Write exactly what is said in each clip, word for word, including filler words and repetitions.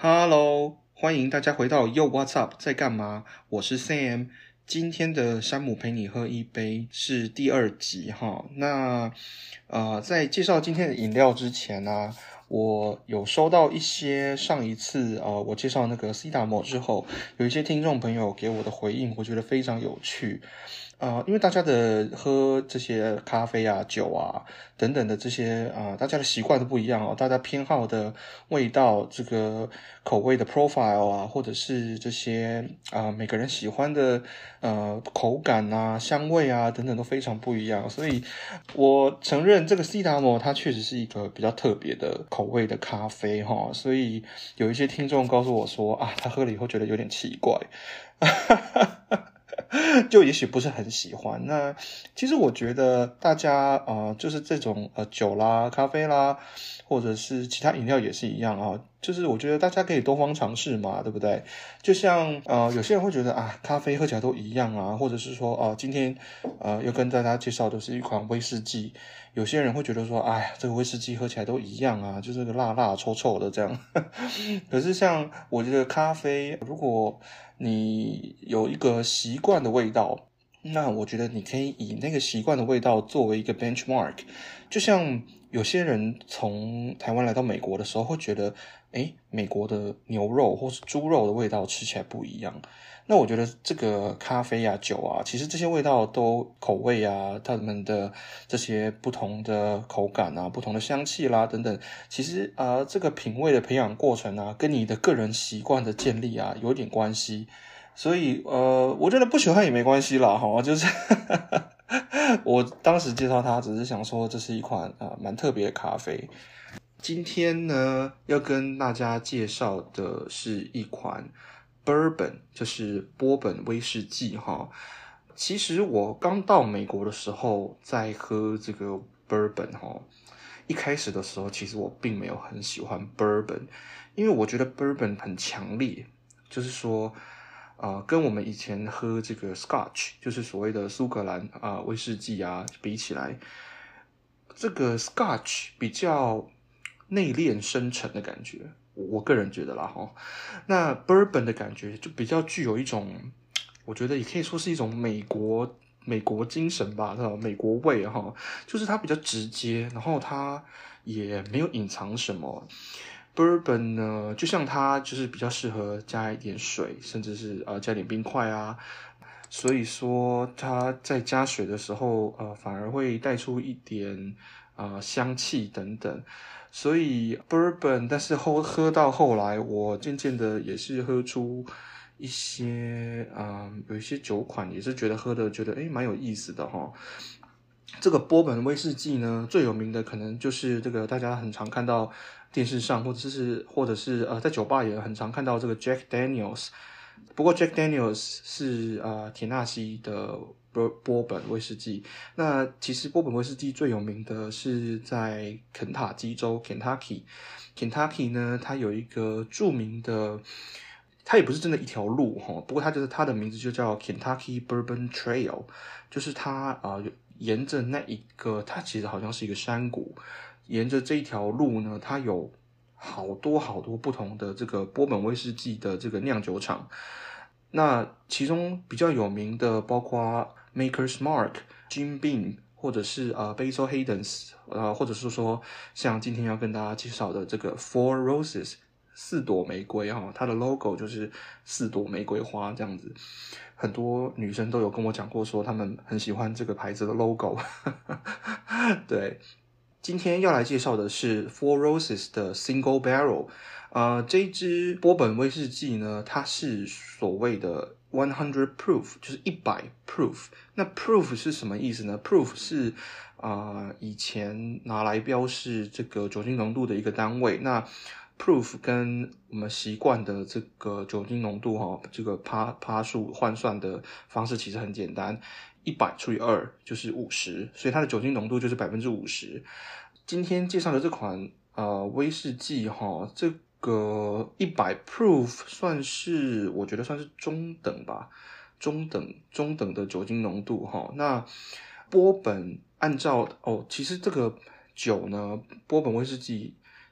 Hello，欢迎大家回到 Yo What's Up 在干嘛？我是 Sam， 今天的山姆陪你喝一杯是第二集哈。那呃，在介绍今天的饮料之前呢、啊，我有收到一些上一次呃我介绍那个 Sidamo 之后，有一些听众朋友给我的回应，我觉得非常有趣。呃，因为大家的喝这些咖啡啊、酒啊等等的这些啊、呃，大家的习惯都不一样哦，大家偏好的味道、这个口味的 profile 啊，或者是这些啊、呃、每个人喜欢的呃口感啊、香味啊等等都非常不一样，所以我承认这个 Sidamo 它确实是一个比较特别的口味的咖啡哈，所以有一些听众告诉我说啊，他喝了以后觉得有点奇怪。就也许不是很喜欢。那其实我觉得大家呃，就是这种呃酒啦、咖啡啦，或者是其他饮料也是一样啊。就是我觉得大家可以多方尝试嘛，对不对？就像呃，有些人会觉得啊，咖啡喝起来都一样啊，或者是说哦、呃，今天呃要跟大家介绍的是一款威士忌，有些人会觉得说，哎，这个威士忌喝起来都一样啊，就是个辣辣臭臭的这样。可是像我觉得咖啡，如果你有一个习惯的味道，那我觉得你可以以那个习惯的味道作为一个 benchmark。就像有些人从台湾来到美国的时候，会觉得，诶，美国的牛肉或是猪肉的味道吃起来不一样。那我觉得这个咖啡啊、酒啊，其实这些味道都口味啊，它们的这些不同的口感啊、不同的香气啦等等，其实啊、呃，这个品味的培养过程啊，跟你的个人习惯的建立啊，有点关系。所以呃，我觉得不喜欢也没关系啦，哈，就是我当时介绍它，只是想说这是一款啊、呃、蛮特别的咖啡。今天呢，要跟大家介绍的是一款 Bourbon， 就是波本威士忌哈。其实我刚到美国的时候，在喝这个 Bourbon 哈，一开始的时候，其实我并没有很喜欢 Bourbon， 因为我觉得 Bourbon 很强烈，就是说。呃，跟我们以前喝这个 Scotch， 就是所谓的苏格兰啊、呃、威士忌啊比起来，这个 Scotch 比较内敛深沉的感觉，我个人觉得啦哈。那 Bourbon 的感觉就比较具有一种，我觉得也可以说是一种美国美国精神吧，美国味哈，就是它比较直接，然后它也没有隐藏什么。Bourbon 呢，就像它就是比较适合加一点水，甚至是呃加点冰块啊，所以说它在加水的时候，呃反而会带出一点呃香气等等。所以 Bourbon， 但是后喝到后来，我渐渐的也是喝出一些啊、呃，有一些酒款也是觉得喝的觉得诶蛮有意思的哈。这个波本威士忌呢，最有名的可能就是这个大家很常看到电视上，或者是或者是呃在酒吧也很常看到这个 Jack Daniels。不过 Jack Daniels 是呃田纳西的波波本威士忌。那其实波本威士忌最有名的是在肯塔基州 Kentucky。Kentucky 呢，它有一个著名的。它也不是真的一条路哈，不过它就是它的名字就叫 Kentucky Bourbon Trail， 就是它啊、呃、沿着那一个，它其实好像是一个山谷，沿着这一条路呢，它有好多好多不同的这个波本威士忌的这个酿酒厂。那其中比较有名的包括 Maker's Mark、Jim Beam， 或者是呃 Basil Hayden's， 呃或者是说像今天要跟大家介绍的这个 Four Roses。四朵玫瑰哈，它的 logo 就是四朵玫瑰花这样子。很多女生都有跟我讲过，说她们很喜欢这个牌子的 logo。对，今天要来介绍的是 Four Roses 的 Single Barrel。呃，这一支波本威士忌呢，它是所谓的一百 proof， 就是一百 proof。那 proof 是什么意思呢？ proof 是啊、呃，以前拿来标示这个酒精浓度的一个单位。那proof 跟我们习惯的这个酒精浓度哈，这个趴趴数换算的方式其实很简单，一百除以二就是五十，所以它的酒精浓度就是百分之五十。今天介绍的这款呃威士忌哈，这个一百 proof 算是我觉得算是中等吧，中等中等的酒精浓度哈。那波本按照哦，其实这个酒呢，波本威士忌。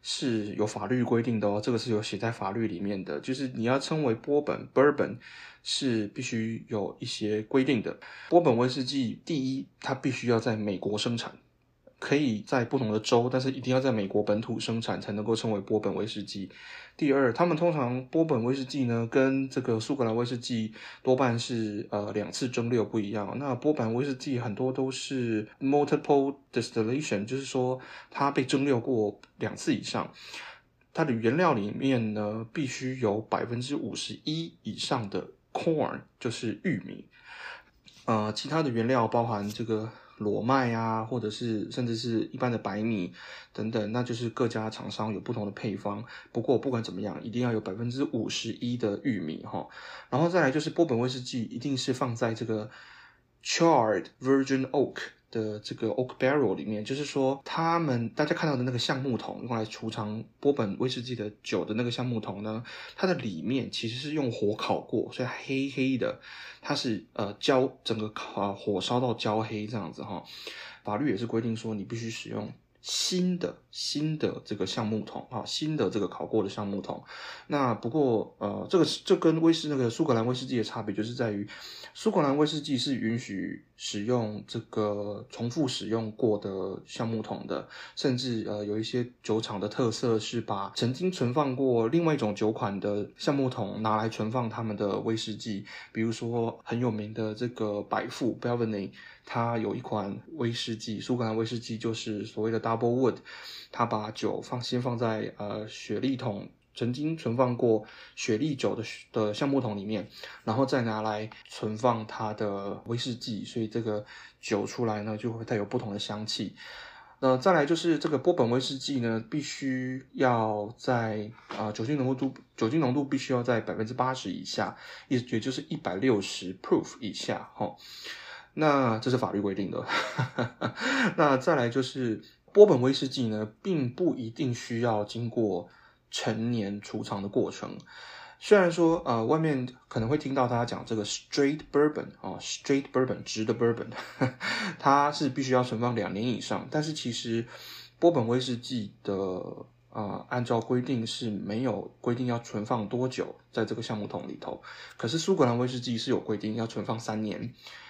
是有法律规定的哦，这个是有写在法律里面的，就是你要称为波本 bourbon 是必须有一些规定的。波本威士忌第一，它必须要在美国生产，可以在不同的州，但是一定要在美国本土生产才能够称为波本威士忌。第二，他们通常波本威士忌呢跟这个苏格兰威士忌多半是呃两次蒸馏不一样。那波本威士忌很多都是 multiple distillation， 就是说它被蒸馏过两次以上。它的原料里面呢必须有 百分之五十一 以上的 corn， 就是玉米。呃，其他的原料包含这个裸麦啊，或者是甚至是一般的白米等等，那就是各家厂商有不同的配方。不过不管怎么样，一定要有 百分之五十一 的玉米齁。然后再来就是波本威士忌一定是放在这个 charred virgin oak 的这个 oak barrel 里面，就是说他们大家看到的那个橡木桶用来储藏波本威士忌的酒的那个橡木桶呢，它的里面其实是用火烤过，所以黑黑的，它是呃焦整个烤火烧到焦黑这样子哈。法律也是规定说你必须使用新的新的这个橡木桶啊，新的这个烤过的橡木桶。那不过呃，这个这跟威士那个苏格兰威士忌的差别就是在于，苏格兰威士忌是允许使用这个重复使用过的橡木桶的，甚至呃有一些酒厂的特色是把曾经存放过另外一种酒款的橡木桶拿来存放他们的威士忌，比如说很有名的这个百富 Belveny， 它有一款威士忌，苏格兰威士忌就是所谓的 Double Wood， 它把酒放先放在呃雪莉桶，曾经存放过雪莉酒的的橡木桶里面，然后再拿来存放它的威士忌，所以这个酒出来呢就会带有不同的香气。那再来就是这个波本威士忌呢，必须要在啊、呃、酒精浓度酒精浓度必须要在 百分之八十 以下，也也就是一百六十 proof 以下齁。那这是法律规定的。那再来就是波本威士忌呢，并不一定需要经过陈年储藏的过程。虽然说呃外面可能会听到大家讲这个 straight bourbon 啊、哦、straight bourbon 直的 bourbon 它是必须要存放两年以上，但是其实波本威士忌的呃按照规定是没有规定要存放多久在这个橡木桶里头，可是苏格兰威士忌是有规定要存放三年。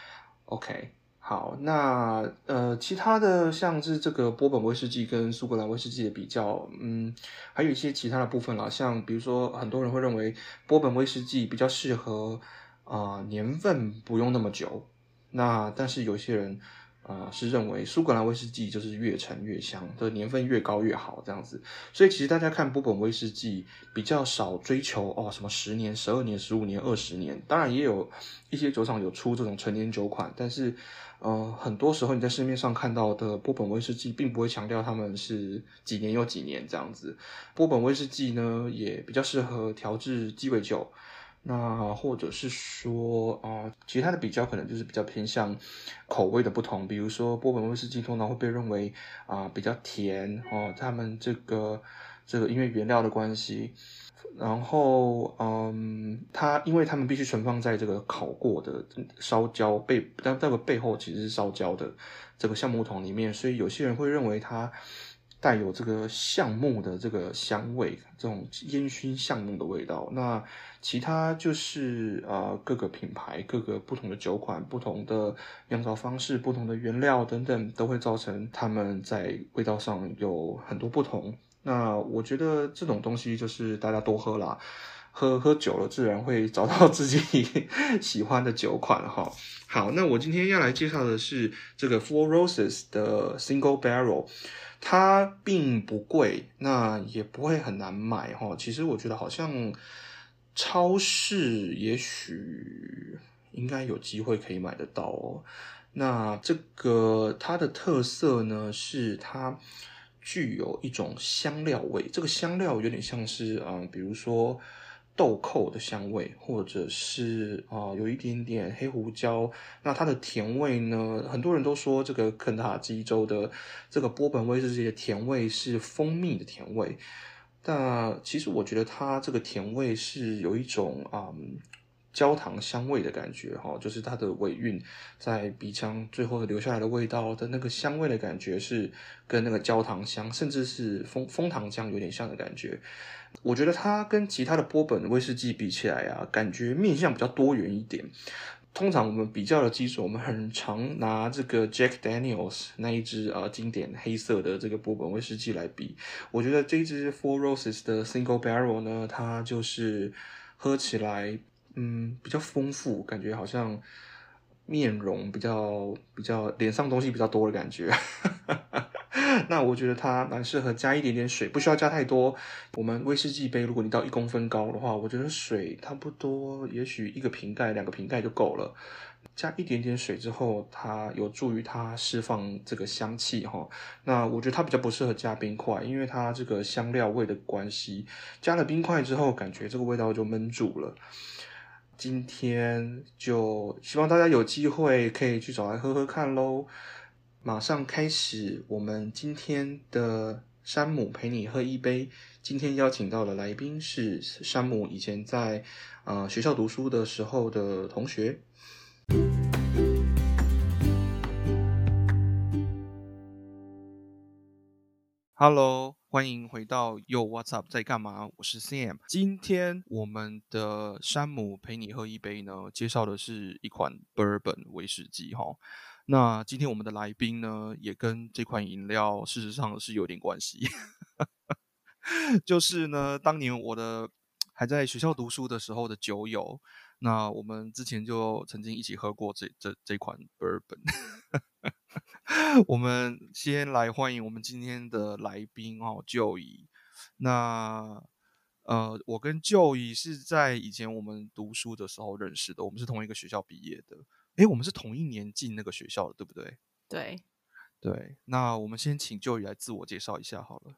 OK，好，那呃，其他的像是这个波本威士忌跟苏格兰威士忌的比较，嗯，还有一些其他的部分啦，像比如说很多人会认为波本威士忌比较适合啊、呃、年份不用那么久，那但是有些人啊、呃、是认为苏格兰威士忌就是越陈越香，的年份越高越好这样子，所以其实大家看波本威士忌比较少追求哦什么十年、十二年、十五年、二十年，当然也有一些酒厂有出这种陈年酒款，但是呃，很多时候你在市面上看到的波本威士忌并不会强调他们是几年有几年这样子。波本威士忌呢也比较适合调制鸡尾酒，那或者是说啊、呃，其他的比较可能就是比较偏向口味的不同，比如说波本威士忌通常会被认为啊、呃、比较甜哦，他们这个这个因为原料的关系。然后，嗯，它因为他们必须存放在这个烤过的烧焦背，但这个背后其实是烧焦的这个橡木桶里面，所以有些人会认为它带有这个橡木的这个香味，这种烟熏橡木的味道。那其他就是呃各个品牌、各个不同的酒款、不同的酿造方式、不同的原料等等，都会造成他们在味道上有很多不同。那我觉得这种东西就是大家多喝啦，喝喝久了自然会找到自己喜欢的酒款哈。好，那我今天要来介绍的是这个 Four Roses 的 Single Barrel， 它并不贵，那也不会很难买哈。其实我觉得好像超市也许应该有机会可以买得到哦。那这个它的特色呢是它具有一种香料味，这个香料有点像是啊、呃，比如说豆蔻的香味，或者是啊、呃、有一点点黑胡椒。那它的甜味呢，很多人都说这个肯塔基州的这个波本威士忌的甜味是蜂蜜的甜味，但其实我觉得它这个甜味是有一种啊、嗯、 焦糖香味的感觉哈，就是它的尾韵在鼻腔最后留下来的味道的那个香味的感觉是跟那个焦糖香，甚至是枫枫糖浆有点像的感觉。我觉得它跟其他的波本威士忌比起来啊，感觉面向比较多元一点。通常我们比较的基础，我们很常拿这个 Jack Daniels 那一支呃经典黑色的这个波本威士忌来比。我觉得这一支 Four Roses 的 Single Barrel 呢，它就是喝起来嗯比较丰富，感觉好像面容比较比较脸上东西比较多的感觉。那我觉得它蛮适合加一点点水，不需要加太多。我们威士忌杯，如果你到一公分高的话，我觉得水差不多，也许一个瓶盖、两个瓶盖就够了。加一点点水之后，它有助于它释放这个香气哈。那我觉得它比较不适合加冰块，因为它这个香料味的关系，加了冰块之后，感觉这个味道就闷住了。今天就希望大家有机会可以去找来喝喝看咯。马上开始我们今天的山姆陪你喝一杯。今天邀请到的来宾是山姆以前在呃学校读书的时候的同学。Hello， 欢迎回到 Yo What's Up 在干嘛？我是 Sam。今天我们的山姆陪你喝一杯呢，介绍的是一款 Bourbon 威士忌哈。那今天我们的来宾呢，也跟这款饮料事实上是有点关系。就是呢，当年我的还在学校读书的时候的酒友，那我们之前就曾经一起喝过这这这款 Bourbon。我们先来欢迎我们今天的来宾哦，Joey。那呃，我跟 Joey 是在以前我们读书的时候认识的，我们是同一个学校毕业的。诶，我们是同一年进那个学校的，对不对？ 对。 对，那我们先请 Joey 来自我介绍一下好了。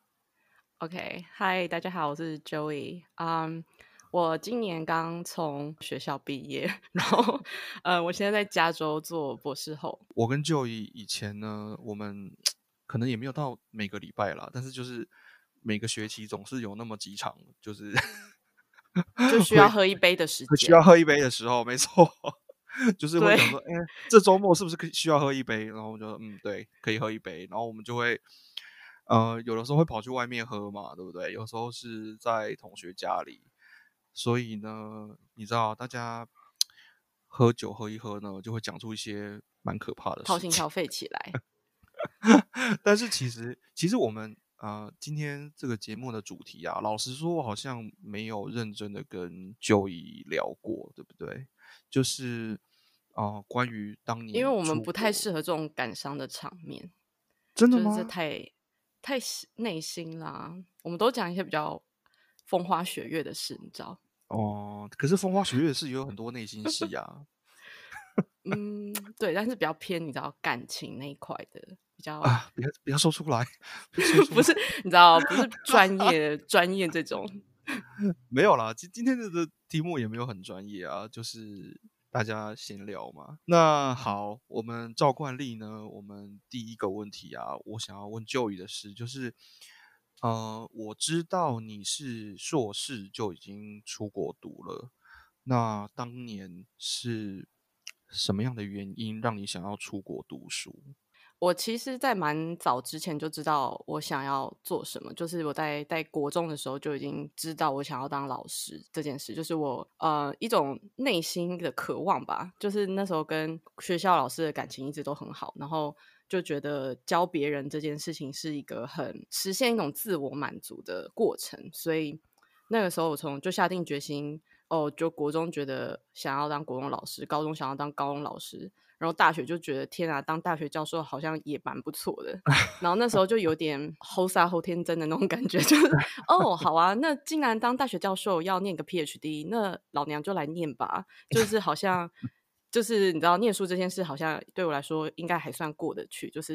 OK， 嗨，大家好，我是 Joey。嗯，我今年刚从学校毕业，然后呃，我现在在加州做博士后。 我跟 Joey 以前呢，我们可能也没有到每个礼拜啦，但是就是每个学期总是有那么几场，就是就需要喝一杯的时会需要间。 喝一杯的时候，没错。就是会对， 想说，哎、这周末是不是可以需要喝一杯？然后我就嗯，对，可以喝一杯。然后我们就会，呃，有的时候会跑去外面喝嘛，对不对？有时候是在同学家里。所以呢，你知道，大家喝酒喝一喝呢，就会讲出一些蛮可怕的事情。 掏心掏肺起来。 但是其实，其实我们呃，今天这个节目的主题啊，老实说，我好像没有认真的跟 Joey 聊过，对不对？就是啊、呃关于当因为年我们不太出国， 适合这种感伤的场面，就是这真的吗？ 太太内心啦。我们都讲一些比较风花雪月的事，你知道。 哦，可是风花雪月是有很多内心戏啊。 嗯，对，但是比较偏你知道感情那一块的，比较啊，不要不要说出来，不要说出来。 不是你知道，不是专业专业这种。 没有啦，今今天的的题目也没有很专业啊，就是大家闲聊嘛。那好，我们照惯例呢，我们第一个问题啊，我想要问 Joey 的是，就是呃，我知道你是硕士就已经出国读了，那当年是什么样的原因让你想要出国读书？ 我其实在蛮早之前就知道我想要做什么，就是我在在国中的时候就已经知道我想要当老师这件事，就是我呃一种内心的渴望吧。就是那时候跟学校老师的感情一直都很好，然后就觉得教别人这件事情是一个很实现一种自我满足的过程，所以那个时候我从就下定决心，哦，就国中觉得想要当国中老师，高中想要当高中老师，然后大学就觉得天啊，当大学教授好像也蛮不错的。然后那时候就有点后傻后天真的那种感觉，就是哦，好啊，那既然当大学教授要念个 P H D， 那老娘就来念吧。就是好像就是你知道，念书这件事好像对我来说应该还算过得去，就是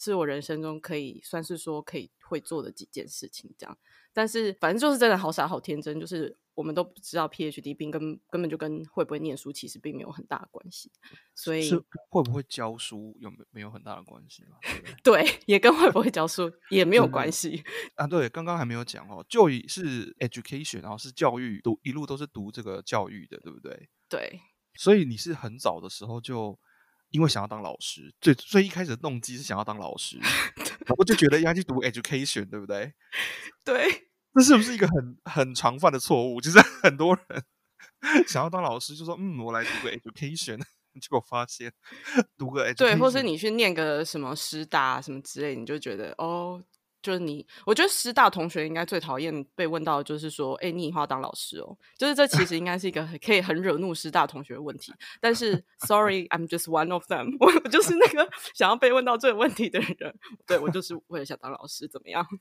是我人生中可以算是说可以会做的几件事情这样。但是反正就是真的好傻好天真，就是我们都不知道 PhD 并根根本就跟会不会念书其实并没有很大的关系，所是以会不会教书有没没有很大的关系嘛？对不对？ 对，也跟会不会教书也没有关系啊。对，刚刚还没有讲哦，就以是 education， 然后是教育，读一路都是读这个教育的，对不对？ 对， 所以你是很早的时候就因为想要当老师，最最一开始的动机是想要当老师，然后就觉得应该去读 education， 对不对？ 对， 这是不是一个很很常犯的错误？就是很多人想要当老师，就说嗯，我来读个 education， 结果发现读个 education， 对，或是你去念个什么师大什么之类，你就觉得哦。就是你，我觉得师大同学应该最讨厌被问到的就是说，哎、欸，你以后要当老师哦。就是这其实应该是一个可以很惹怒师大同学的问题。但是 ，sorry, I'm just one of them 我。我就是那个想要被问到这个问题的人。对，我就是为了想当老师，怎么样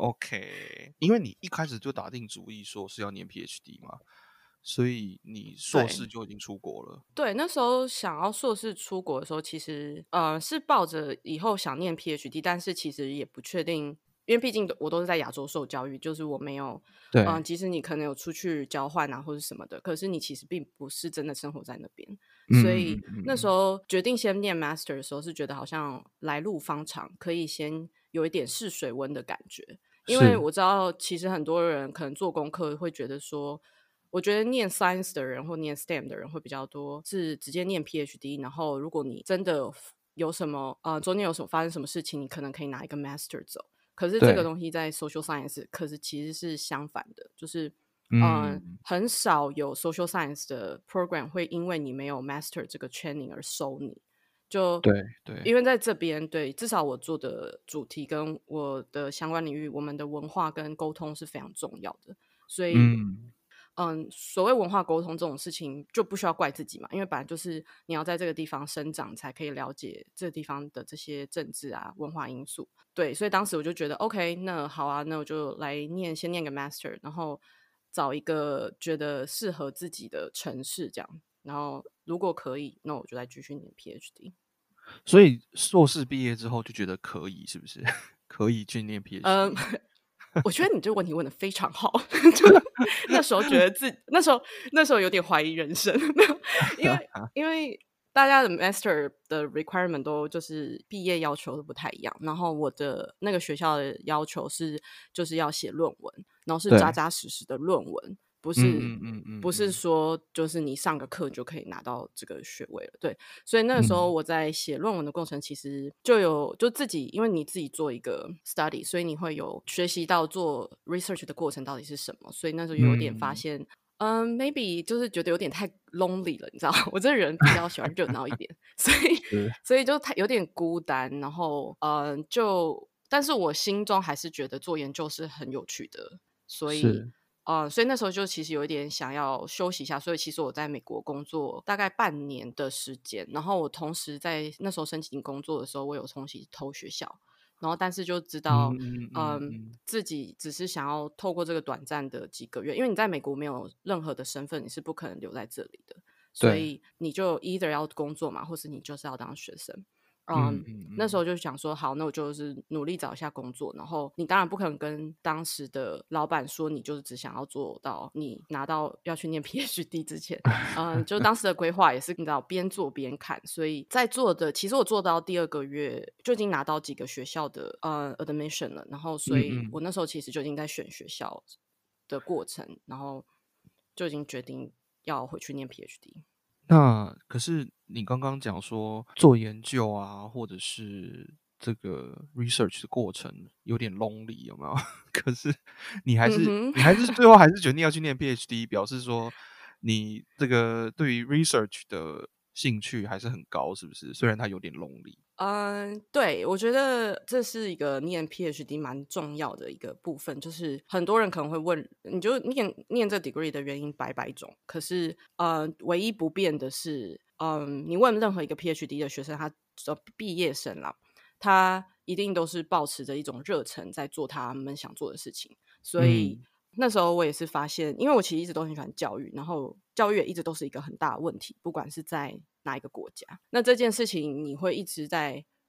？OK， 因为你一开始就打定主意说是要念 PhD 嘛，所以你硕士就已经出国了。 对，那时候想要硕士出国的时候，其实呃是抱着以后想念 PhD， 但是其实也不确定。因为毕竟我都是在亚洲受教育，就是我没有， 对， 嗯、呃，即使你可能有出去交换啊或者什么的，可是你其实并不是真的生活在那边， 嗯、 所以那时候决定先念 Master 的时候，是觉得好像来路方长，可以先有一点试水温的感觉。因为我知道，其实很多人可能做功课会觉得说，我觉得念 Science 的人或念 S T E M 的人会比较多，是直接念 PhD， 然后如果你真的有什么呃中间有什么发生什么事情，你可能可以拿一个 Master 走。可是这个东西在 social science 可是其实是相反的，就是嗯、呃，很少有 social science 的 program 会因为你没有 master 这个 training 而收你。就对对， 因为在这边，对，至少我做的主题跟我的相关领域，我们的文化跟沟通是非常重要的，所以嗯。嗯，所谓文化沟通这种事情就不需要怪自己嘛，因为本来就是你要在这个地方生长，才可以了解这个地方的这些政治啊、文化因素。对，所以当时我就觉得 OK， 那好啊，那我就来念，先念个 Master， 然后找一个觉得适合自己的城市，这样，然后如果可以，那我就再继续念 PhD。 所以硕士毕业之后就觉得可以，是不是？可以去念 PhD？ 嗯，我觉得你这个问题问得非常好。就那时候觉得自那时候那时候有点怀疑人生，因为因为大家的 master 的 requirement 都就是毕业要求都不太一样，然后我的那个学校的要求是就是要写论文，然后是扎扎实实的论文，不是嗯嗯嗯不是说就是你上个课就可以拿到这个学位了。对，所以那个时候我在写论文的过程其实就有就自己因为你自己做一个 study， 所以你会有学习到做 research 的过程到底是什么，所以那时候有点发现嗯、um, maybe 就是觉得有点太 lonely 了，你知道我这个人比较喜欢热闹一点所以所以就太有点孤单，然后嗯、呃、就但是我心中还是觉得做研究是很有趣的，所以呃，所以那时候就其实有一点想要休息一下，所以其实我在美国工作大概半年的时间，然后我同时在那时候申请工作的时候，我有重新投学校，然后但是就知道嗯、呃、自己只是想要透过这个短暂的几个月，因为你在美国没有任何的身份，你是不可能留在这里的，所以你就 either 要工作嘛，或是你就是要当学生。嗯, 嗯那时候就想说好，那我就是努力找一下工作，然后你当然不可能跟当时的老板说你就是只想要做到你拿到要去念 PhD 之前嗯，就当时的规划也是你知道边做边看，所以在做的其实我做到第二个月就已经拿到几个学校的呃 admission 了，然后所以我那时候其实就已经在选学校的过程，然后就已经决定要回去念 PhD。 那可是你刚刚讲说做研究啊，或者是这个 research 的过程有点 lonely， 有没有？可是你还是、嗯、你还是最后还是决定要去念 PhD， 表示说你这个对于 research 的兴趣还是很高，是不是？虽然它有点 lonely。 嗯，对，我觉得这是一个念 PhD 蛮重要的一个部分，就是很多人可能会问，你就念念这 degree 的原因百百种，可是呃，唯一不变的是，嗯，你问任何一个 PhD 的学生，他毕业生啦，他一定都是抱持着一种热忱在做他们想做的事情，所以、嗯、那时候我也是发现，因为我其实一直都很喜欢教育，然后教育也一直都是一个很大的问题，不管是在哪一个国家，那这件事情你会一直在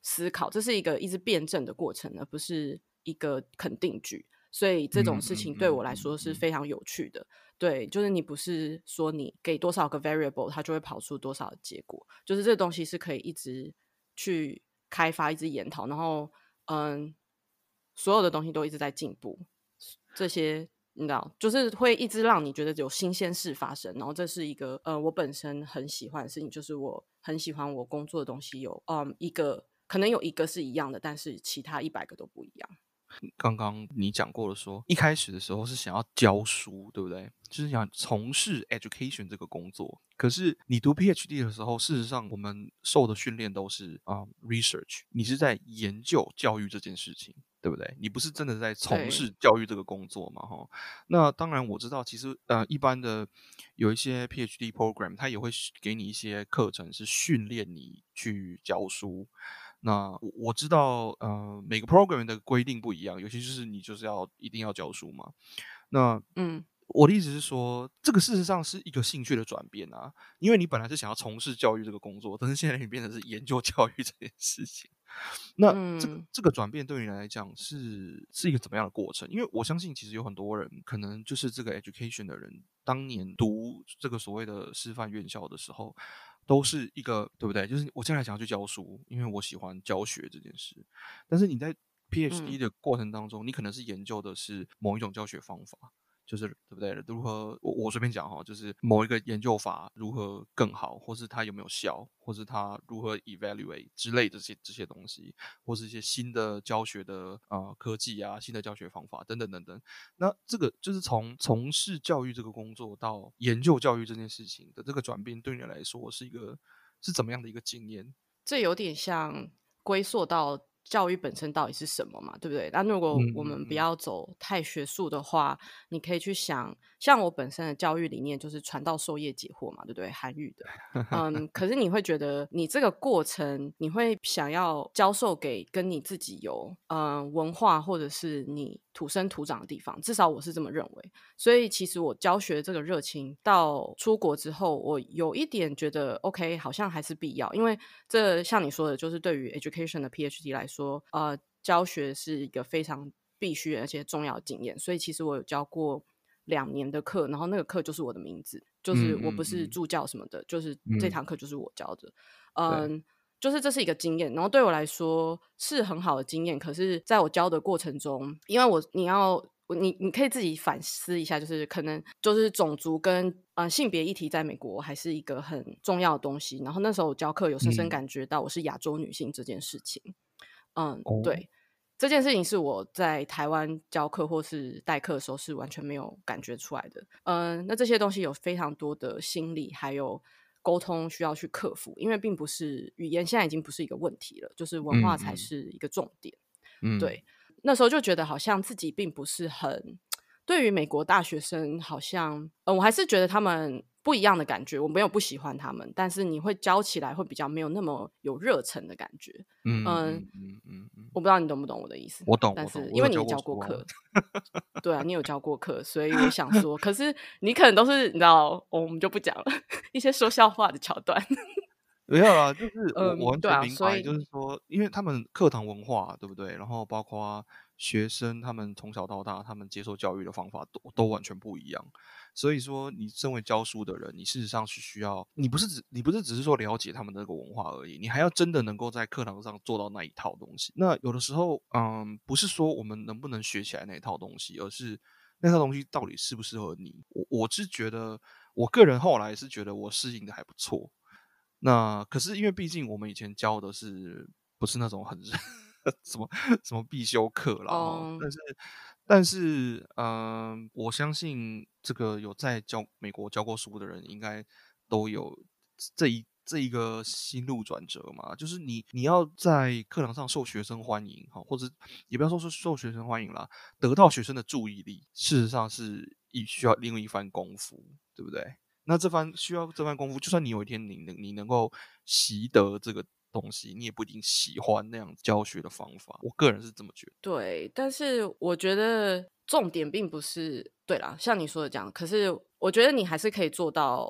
思考，这是一个一直辩证的过程，而不是一个肯定句。所以这种事情对我来说是非常有趣的。对，就是你不是说你给多少个 variable 它就会跑出多少的结果，就是这个东西是可以一直去开发，一直研讨，然后嗯，所有的东西都一直在进步，这些你知道就是会一直让你觉得有新鲜事发生，然后这是一个呃我本身很喜欢的事情，就是我很喜欢我工作的东西有嗯一个可能有一个是一样的，但是其他一百个都不一样。 刚刚你讲过了说，一开始的时候是想要教书，对不对？就是想从事 education 这个工作。可是你读 PhD 的时候，事实上我们受的训练都是啊、呃、research，你是在研究教育这件事情，对不对？你不是真的在从事教育这个工作嘛？哈。那当然我知道，其实呃一般的有一些 PhD program，它也会给你一些课程是训练你去教书。那我我知道，呃，每个 program 的规定不一样，有些就是你就是要一定要教书嘛。那嗯， 我的意思是说，这个事实上是一个兴趣的转变啊，因为你本来是想要从事教育这个工作，但是现在你变成是研究教育这件事情。那这个嗯这个转变对你来讲是是一个怎么样的过程？因为我相信，其实有很多人可能就是这个 education 的人，当年读这个所谓的师范院校的时候，都是一个对不对？就是我将来想要去教书，因为我喜欢教学这件事。但是你在 PhD 嗯的过程当中，你可能是研究的是某一种教学方法。就是对不对？如何我我随便讲哈，就是某一个研究法如何更好，或是它有没有效，或是它如何 evaluate 之类的这些这些东西，或是一些新的教学的呃科技啊，新的教学方法等等等等。那这个就是从从事教育这个工作到研究教育这件事情的这个转变，对你来说是一个是怎么样的一个经验？ 这有点像归缩到教育本身到底是什么嘛，对不对？那如嗯果我嗯嗯， 们不要走太学术的话，你可以去想，像我本身的教育理念就是传道授业解惑嘛，对不对？韩语的，嗯，可是你会觉得你这个过程，你会想要教授给跟你自己有呃文化或者是你土生土长的地方，至少我是这么认为。所以其实我教学这个热情到出国之后，我有一点觉得 OK， 好像还是必要，因为这像你说的，就是对于 education 的 PhD 来说，呃，教学是一个非常必须而且重要的经验。所以其实我有教过两年的课，然后那个课就是我的名字，就是嗯我不是嗯嗯助教什么的，就是这嗯， 堂课就是我教的。 对， 嗯，就是这是一个经验，然后对我来说是很好的经验。可是在我教的过程中，因为我你要你你可以自己反思一下，就是可能就是种族跟呃性别议题在美国还是一个很重要的东西。然后那时候我教课有深深嗯， 感觉到我是亚洲女性这件事情。嗯， 哦。 对，这件事情是我在台湾教课或是代课的时候是完全没有感觉出来的。嗯，那这些东西有非常多的心理还有沟通需要去克服，因为并不是语言现在已经不是一个问题了，就是文化才嗯嗯是一个重点。 嗯， 对，那时候就觉得好像自己并不是很对于美国大学生，好像嗯，我还是觉得他们不一样的感觉。我没有不喜欢他们，但是你会教起来会比较没有那么有热忱的感觉。嗯， 嗯嗯嗯嗯嗯， 我不知道你懂不懂我的意思， 我懂我懂， 但是我有教因为你也教过过书啊。 课，对啊，你有教过课，所以我想说，可是你可能都是你知道，我们就不讲了一些说笑话的桥段。 没有啦，就是我我嗯， 完对啊， 全明白，就所以是说，因为他们课堂文化，对不对？然后包括学生他们从小到大，他们接受教育的方法都都完全不一样。所以说，你身为教书的人，你事实上是需要，你不是只你不是只是说了解他们的那个文化而已，你还要真的能够在课堂上做到那一套东西。那有的时候，嗯，不是说我们能不能学起来那一套东西，而是那套东西到底适不适合你。我我是觉得，我个人后来是觉得我适应的还不错。那可是因为毕竟我们以前教的是不是那种很什么什么必修课啦哈， 嗯， 但是但是嗯、呃我相信这个有在教美国教过书的人，应该都有这一这一个心路转折嘛，就是你你要在课堂上受学生欢迎哈，或者也不要说是受学生欢迎啦，得到学生的注意力，事实上是一需要另一番功夫，对不对？那这番需要这番功夫，就算你有一天你能你能够习得这个东西，你也不一定喜欢那样教学的方法。我个人是这么觉得。 对，但是我觉得重点并不是对啦，像你说的这样。可是我觉得你还是可以做到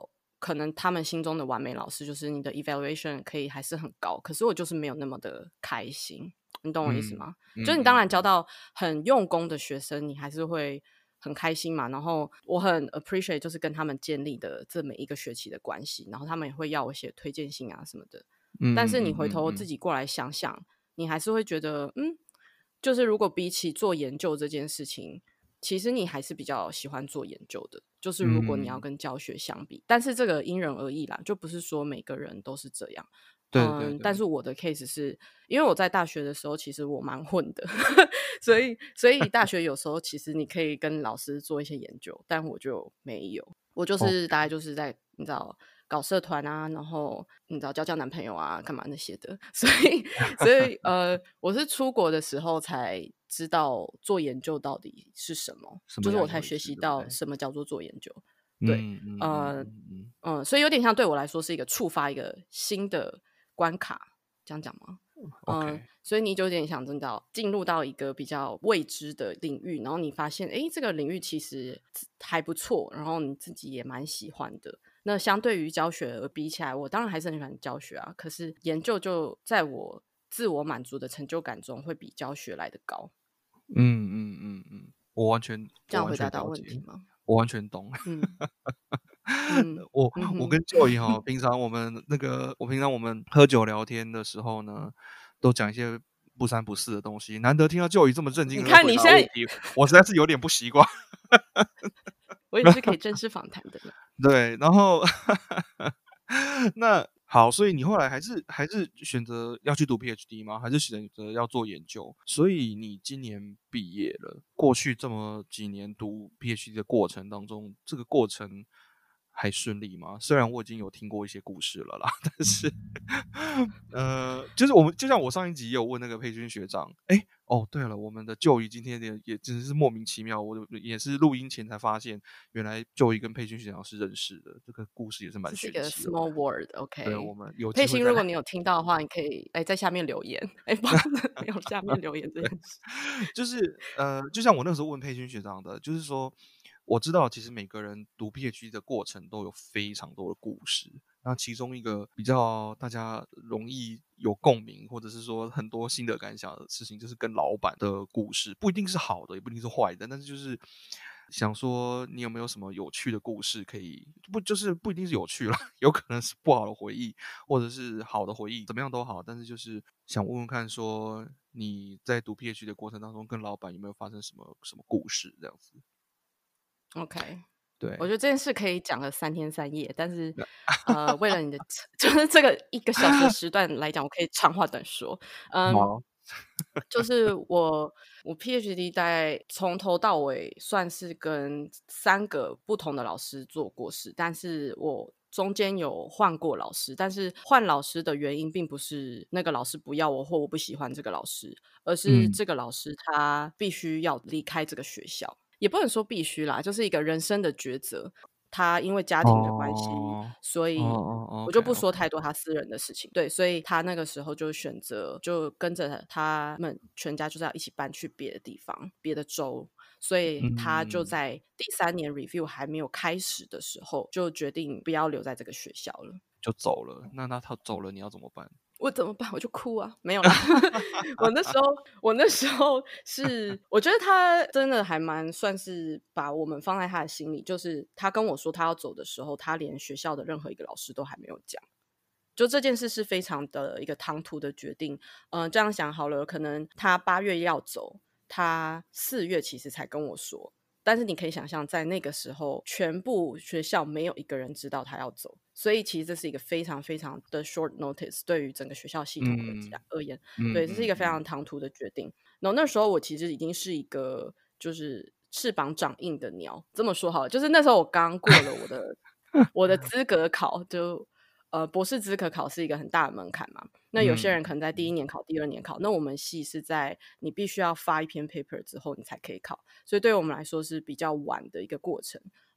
可能他们心中的完美老师就是你的 evaluation 可以还是很高，可是我就是没有那么的开心，你懂我意思吗？ 嗯、 就是你当然教到很用功的学生，你还是会很开心嘛，然后我很 appreciate 就是跟他们建立的这每一个学期的关系，然后他们也会要我写推荐信啊什么的。 嗯、 但是你回头自己过来想想、嗯、你还是会觉得嗯，就是如果比起做研究这件事情，其实你还是比较喜欢做研究的，就是如果你要跟教学相比、嗯、但是这个因人而异啦，就不是说每个人都是这样。 对对对， 嗯，但是我的 case 是因为我在大学的时候其实我蛮混的所以所以大学有时候其实你可以跟老师做一些研究，但我就没有，我就是大概就是在、okay. 你知道搞社团啊，然后你知道交交男朋友啊干嘛那些的，所以所以呃我是出国的时候才知道做研究到底是什么， 什么就是我才学习到什么叫做做研究。对， 嗯嗯呃嗯嗯嗯，所以有点像对我来说是一个触发一个新的关卡，这样讲吗？ OK、 嗯、所以你就有点想真的进入到一个比较未知的领域，然后你发现哎，这个领域其实还不错，然后你自己也蛮喜欢的。那相对于教学而比起来，我当然还是很喜欢教学啊，可是研究就在我自我满足的成就感中会比教学来得高。 嗯嗯嗯嗯，我完全这样回答到问题吗？ 我完全懂。 嗯嗯、 我、 嗯、 我跟Joey哈，平常我们那个我平常我们喝酒聊天的时候呢，都讲一些不三不四的东西，难得听到Joey这么正经的回答问题，你看你现在我实在是有点不习惯。 我也是可以正式访谈的呢。 对，然后那好，所以你后来还是还是选择要去读 PhD 吗？还是选择要做研究？所以你今年毕业了，过去这么几年读 PhD 的过程当中，这个过程还顺利吗？虽然我已经有听过一些故事了啦，但是呃，就是我们就像我上一集也有问那个佩君学长，哎，哦，对了，我们的Joey今天也也真是莫名其妙，我也是录音前才发现，原来Joey跟佩君学长是认识的，这个故事也是蛮玄奇的。 这是一个 small world，OK、okay。 对，我们有佩欣，如果你有听到的话，你可以哎在下面留言，哎，帮没有下面留言这件事， 就是呃，就像我那时候问佩君学长的，就是说。我知道其实每个人读 PhD 的过程都有非常多的故事，那其中一个比较大家容易有共鸣，或者是说很多心得感想的事情，就是跟老板的故事，不一定是好的，也不一定是坏的，但是就是想说你有没有什么有趣的故事可以，不就是不一定是有趣啦，有可能是不好的回忆，或者是好的回忆，怎么样都好，但是就是想问问看说你在读 PhD 的过程当中跟老板有没有发生什么什么故事这样子。 OK， 对， 我觉得这件事可以讲了三天三夜，但是呃，为了你的就是这个一个小时的时段来讲，我可以长话短说。嗯，就是我我 PhD 大概从头到尾算是跟三个不同的老师做过事，但是我中间有换过老师，但是换老师的原因并不是那个老师不要我或我不喜欢这个老师，而是这个老师他必须要离开这个学校。也不能说必须啦，就是一个人生的抉择。他因为家庭的关系，哦、所以我就不说太多他私人的事情。哦、okay, okay. 对，所以他那个时候就选择就跟着他们全家就是要一起搬去别的地方、别的州，所以他就在第三年 review 还没有开始的时候，就决定不要留在这个学校了， 就走了。那那他走了，你要怎么办？ 我怎么办？我就哭啊，没有啦。我那时候，我那时候是，我觉得他真的还蛮算是把我们放在他的心里。就是他跟我说他要走的时候，他连学校的任何一个老师都还没有讲。就这件事是非常的一个唐突的决定。嗯、呃，这样想好了，可能他八月要走，他四月其实才跟我说。但是你可以想象，在那个时候，全部学校没有一个人知道他要走，所以其实这是一个非常非常的 short notice 对于整个学校系统而言，嗯、而言对，这是一个非常唐突的决定。然后那时候我其实已经是一个就是翅膀长硬的鸟，这么说好了，就是那时候我刚过了我的我的资格考，就呃博士资格考是一个很大的门槛嘛。那有些人可能在第一年考、第二年考，那我们系是在你必须要发一篇 paper 之后你才可以考，所以对我们来说是比较晚的一个过程。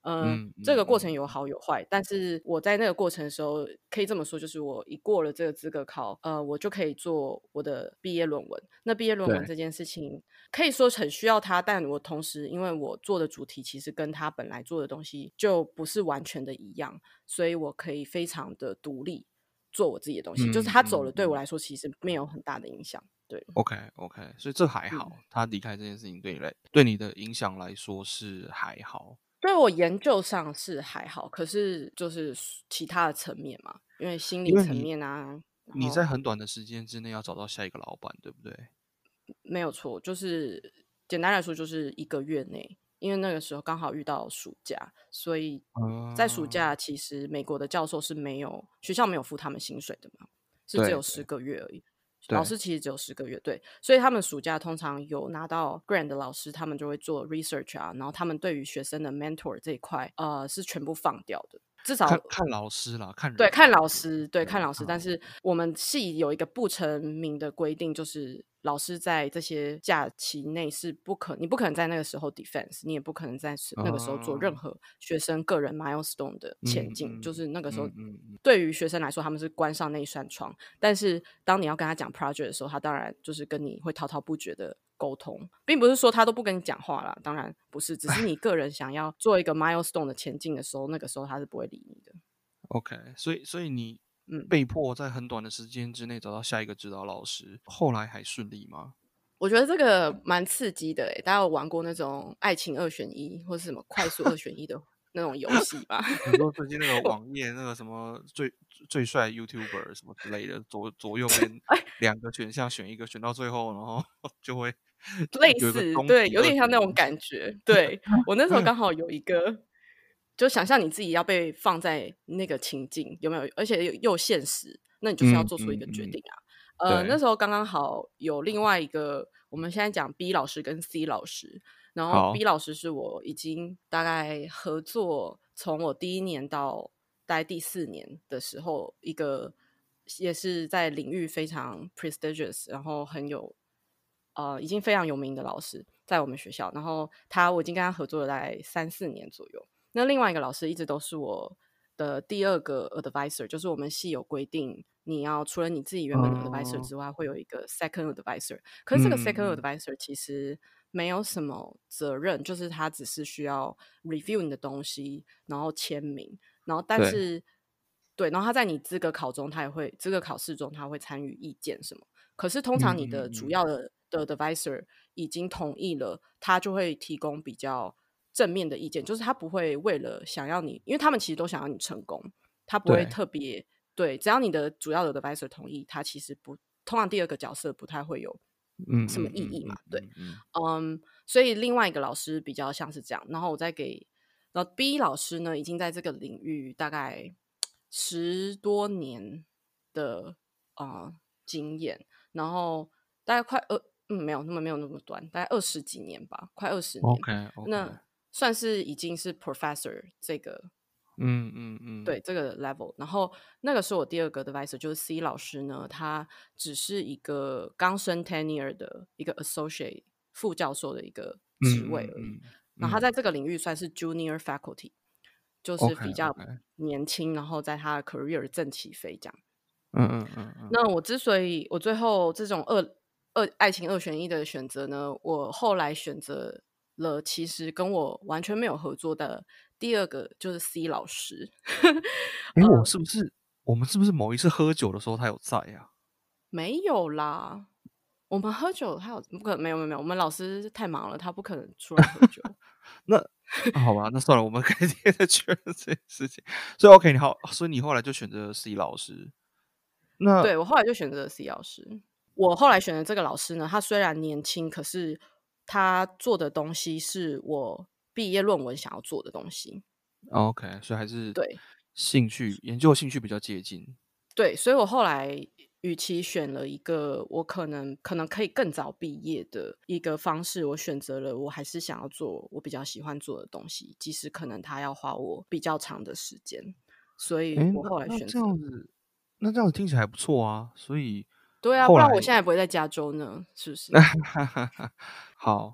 呃， 嗯这个过程嗯有好有坏，但是我在那个过程的时候，可以这么说，就是我一过了这个资格考，呃，我就可以做我的毕业论文。那毕业论文对， 这件事情，可以说很需要它，但我同时因为我做的主题其实跟他本来做的东西就不是完全的一样，所以我可以非常的独立做我自己的东西。就是嗯他走了，对我嗯嗯来说其实没有很大的影响。对， ，OK OK，所以这还嗯。 好，他离开这件事情对你来对你的影响来说是还好。 对我研究上是还好，可是就是其他的层面嘛，因为心理层因为你面啊，然你在后很短的时间之内要找到下一个老板，对不对？ 没有错，就是简单来说就是一个月内，因为那个时候刚好遇到暑假，所以在暑啊， 假其实美国的教授是没有学校没有付他们薪水的嘛，是只有十对对个月而已。老对， 师其实只有十个月，对，所以他们暑假通常有拿到 grant 的老师，他们就会做 research 啊，然后他们对于学生的 mentor 这一块，呃，是全部放掉的，至少看看老师啦，看对，看人啦， 老师，对， 对， 看老师。 看老师。 但是我们系有一个不成名的规定，就是老师在这些假期内是不可，你不可能在那个时候 defense，你也不可能在那个时候做任啊， 何学生个人 milestone 的前进。就嗯嗯是那个时候， 嗯嗯嗯， 对于学生来说，他们是关上那一扇窗。但是当你要跟他讲 project 的时候，他当然就是跟你会滔滔不绝的沟通，并不是说他都不跟你讲话啦，当然不是，只是你个人想要做一个 milestone 的前进的时候，那个时候他是不会理你的。 OK，所以所以你嗯。 被迫在很短的时间之内找到下一个指导老师，后来还顺利吗？ 我觉得这个蛮刺激的诶，大家有玩过那种爱情二选一或是什么快速二选一的那种游戏吧？ 你说最近那个网页那个什么最最帅 YouTuber 什么之类的，左左右边两个选项选一个，选到最后，然后就会类有一个似，对， 终极有点像那种二选一。 感觉。对，我那时候刚好有一个，就想象你自己要被放在那个情境，有没有？而且又又现实，那你就是要嗯做出一个决嗯嗯， 定啊。呃，那对， 时候刚刚好有另外一个，我们现在讲 B 老师跟 C 老师，然后好 B 老师是我已经大概合作，从我第一年到大概第四年的时候，一个也是在领域非常 prestigious，然后很有呃已经非常有名的老师，在我们学校。然后他我已经跟他合作了大概三四年左右。那另外一个老师一直都是我的第二个 advisor，就是我们系有规定，你要除了你自己原本的 advisor 嗯之外，会有一个 second advisor。可是这个 second 嗯嗯 advisor 其实没有什么责任，就是他只是需要 review 你的东西，然后签名，然后但对， 是对，然后他在你资格考中，他也会资格考试中他会参与意见什么。可是通嗯常你的嗯嗯， 主要的的 advisor 已经同意了，他就会提供比较正面的意见，就是他不会为了想要你，因为他们其实都想要你成功，他不会对， 特别对，只要你的主要的 advisor 同意，他其实不通常第二个角色不太会有嗯什么嗯嗯嗯意义嘛，对， 嗯嗯， 嗯，所以另外一个老师比较像是这样，然后我再给，然后 B 老师呢，已经在这个领域大概十多年的呃经验，然后大概快二嗯没有那么没有那么短，大概二十几年吧，快二十年， OK OK， 那算是已经是 professor 这个嗯嗯嗯， 对这个 level，然后那个是我第二个 advisor，就是 C 老师呢，他只是一个刚升 tenure 的一个 associate 副教授的一个职嗯嗯位而已。 嗯然后他在嗯这个领域算是 junior faculty，就是 ，OK 比较 OK， 年轻，然后在他的 career 正起飞这样。 嗯嗯嗯嗯， 那我之所以我最后这种二二爱情二选一的选择呢，我后来选择了其实跟我完全没有合作的第二个就是 C 老师。 诶，我是不是我们是不是某一次喝酒的时候他有在呀？ 没有啦，我们喝酒他有不可能没有没有没有，我们老师太忙了，他不可能出来喝酒。 那啊好吧，那算了，我们改天再确认这件事情。所以 OK，你好，所以你后来就选择 C 老师。那对，我后来就选择了 C 老师。我后来选的这个老师呢，他虽然年轻，可是他做的东西是我毕业论文想要做的东西。 OK，所以还是对兴趣研究兴趣比较接近。 对，所以我后来与其选了一个我可能可能可以更早毕业的一个方式，我选择了我还是想要做我比较喜欢做的东西，即使可能他要花我比较长的时间。所以诶， 我后来那那这选择样子，那这样子听起来还不错啊。所以对啊，不后来然我现在也不会在加州呢，是不是？ 好，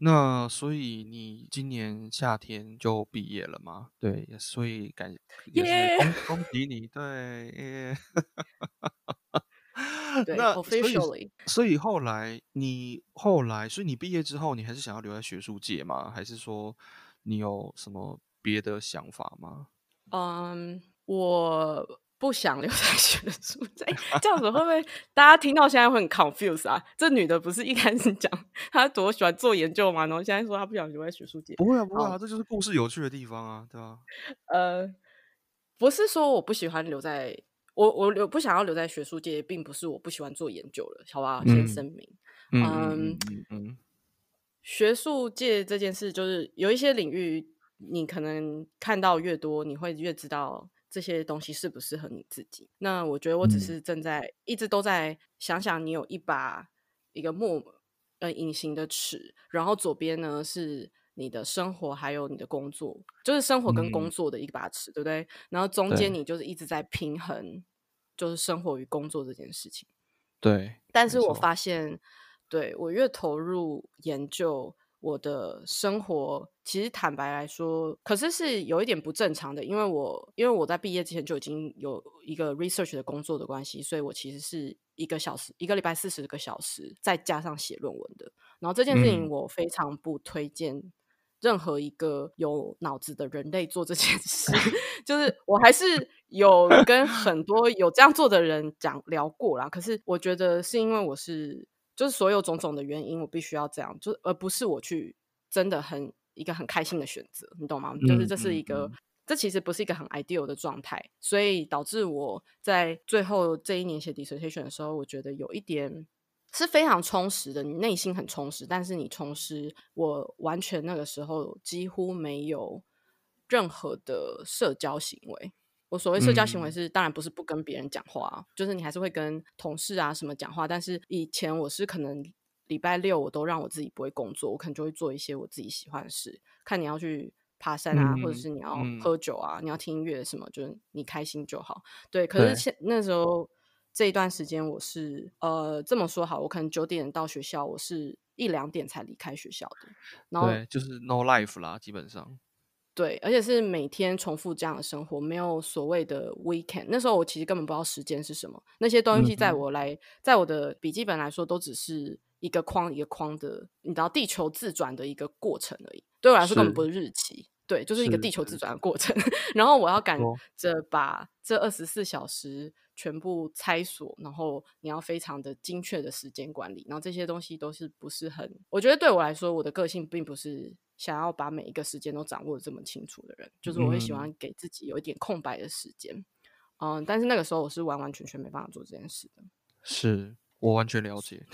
那所以你今年夏天就毕业了吗？对，所以感也是耶、 恭恭喜你，对，耶。 对那所以 ，officially。 所以后来你后来，所以你毕业之后，你还是想要留在学术界吗？还是说你有什么别的想法吗？ 嗯，我不想留在学术界，这样子会不会大家听到现在会很 confused 啊？这女的不是一开始讲她多喜欢做研究吗？然后现在说她不想留在学术界。 不会啊，不会好， 啊，这就是故事有趣的地方啊，对吧？ 呃，不是说我不喜欢留在我我留不想要留在学术界，并不是我不喜欢做研究了，好吧？先嗯声明。 嗯嗯嗯， 嗯嗯嗯， 学术界这件事，就是有一些领域，你可能看到越多，你会越知道这些东西适不适合你自己。那我觉得我只嗯是正在一直都在想想，你有一把一个墨呃隐形的尺，然后左边呢是你的生活还有你的工作，就是生活跟工嗯， 作的一把尺，对不对？然后中间对你就是一直在平衡，就是生活与工作这件事情。 对， 但是我没错， 发现，对，我越投入研究，我的生活其实坦白来说，可是是有一点不正常的，因为我因为我在毕业之前就已经有一个 research 的工作的关系，所以我其实是一个小时一个礼拜四十个小时，再加上写论文的。然后这件事情嗯我非常不推荐任何一个有脑子的人类做这件事。就是我还是有跟很多有这样做的人讲聊过啦，可是我觉得是因为我是就是所有种种的原因，我必须要这样，就而不是我去真的很一个很开心的选择，你懂吗？就是嗯这是一个。 嗯嗯这其实不是一个很 ideal 的状态，所以导致我在最后这一年写 dissertation 的时候，我觉得有一点是非常充实的，你内心很充实，但是你充实，我完全那个时候几乎没有任何的社交行为。我所谓社交行为嗯， 是，当然不是不跟别人讲话啊，就是你还是会跟同事啊什么讲话，但是以前我是可能礼拜六我都让我自己不会工作，我可能就会做一些我自己喜欢的事，看你要去爬山啊，或者嗯是你要嗯， 喝酒啊，你要听音乐什么，就是你开心就好。对，可是对现那时候这一段时间，我是呃这么说好，我可能九点到学校，我是一两点才离开学校的。然后对，就是 no life 啦，基本上， 对，而且是每天重复这样的生活，没有所谓的 weekend。那时候我其实根本不知道时间是什么，那些东西在嗯哼， 我来，在我的笔记本来说，都只是一个框一个框的，你知道地球自转的一个过程而已。对我来说，根本不是是日期，对，就是一个是地球自是， 转的过程。然后我要赶说， 着把这二十四小时全部拆锁，然后你要非常的精确的时间管理，然后这些东西都是不是很，我觉得对我来说，我的个性并不是想要把每一个时间都掌握的这么清楚的人，就是我会喜嗯， 欢给自己有一点空白的时间。嗯，但是那个时候我是完完全全没办法做这件事的。 是我完全了解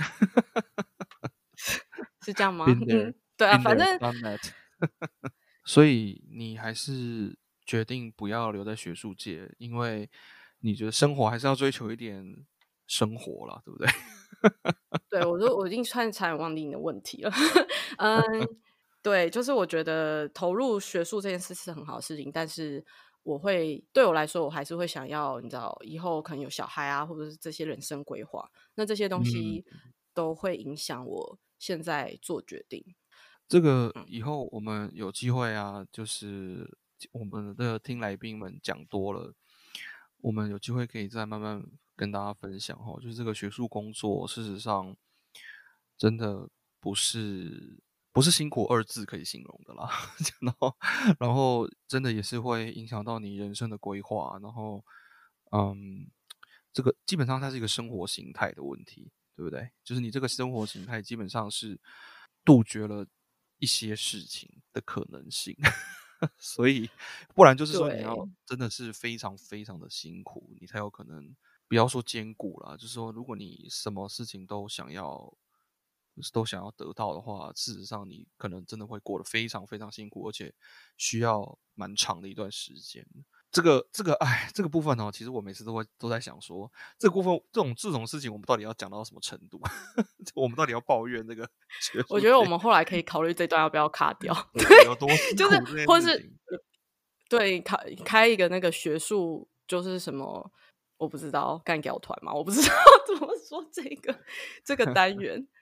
是这样吗？ ，been 嗯， there 对啊， been 反 there 正 done that。所以你还是决定不要留在学术界，因为你觉得生活还是要追求一点生活啦，对不对？ 对我都我已经差差点忘记你的问题了。嗯，对，就是我觉得投入学术这件事是很好的事情，但是我会对我来说，我还是会想要，你知道，以后可能有小孩啊，或者是这些人生规划，那这些东嗯， 西都会影响我现在做决定。 这个嗯以后我们有机会啊，就是我们的听来宾们讲多了，我们有机会可以再慢慢跟大家分享哈。就是这个学术工作，事实上真的不是不是辛苦二字可以形容的啦。然后然后真的也是会影响到你人生的规划，然后嗯，这个基本上它是一个生活形态的问题。对不对？就是你这个生活形态基本上是杜绝了一些事情的可能性，所以不然就是说你要对， 真的是非常非常的辛苦，你才有可能不要说兼顾啦，就是说如果你什么事情都想要都想要得到的话，事实上你可能真的会过得非常非常辛苦，而且需要蛮长的一段时间。这个这个，哎，这个部分哦，其实我每次都会都在想说，这个部分这种这种事情，我们到底要讲到什么程度？我们到底要抱怨这个学我术界觉得我们后来可以考虑这段要不要卡掉。 对有多辛就是苦这件或是事情？ 对开开一个那个学术，就是什么我不知道干掉团嘛，我不知道怎么说这个这个单元。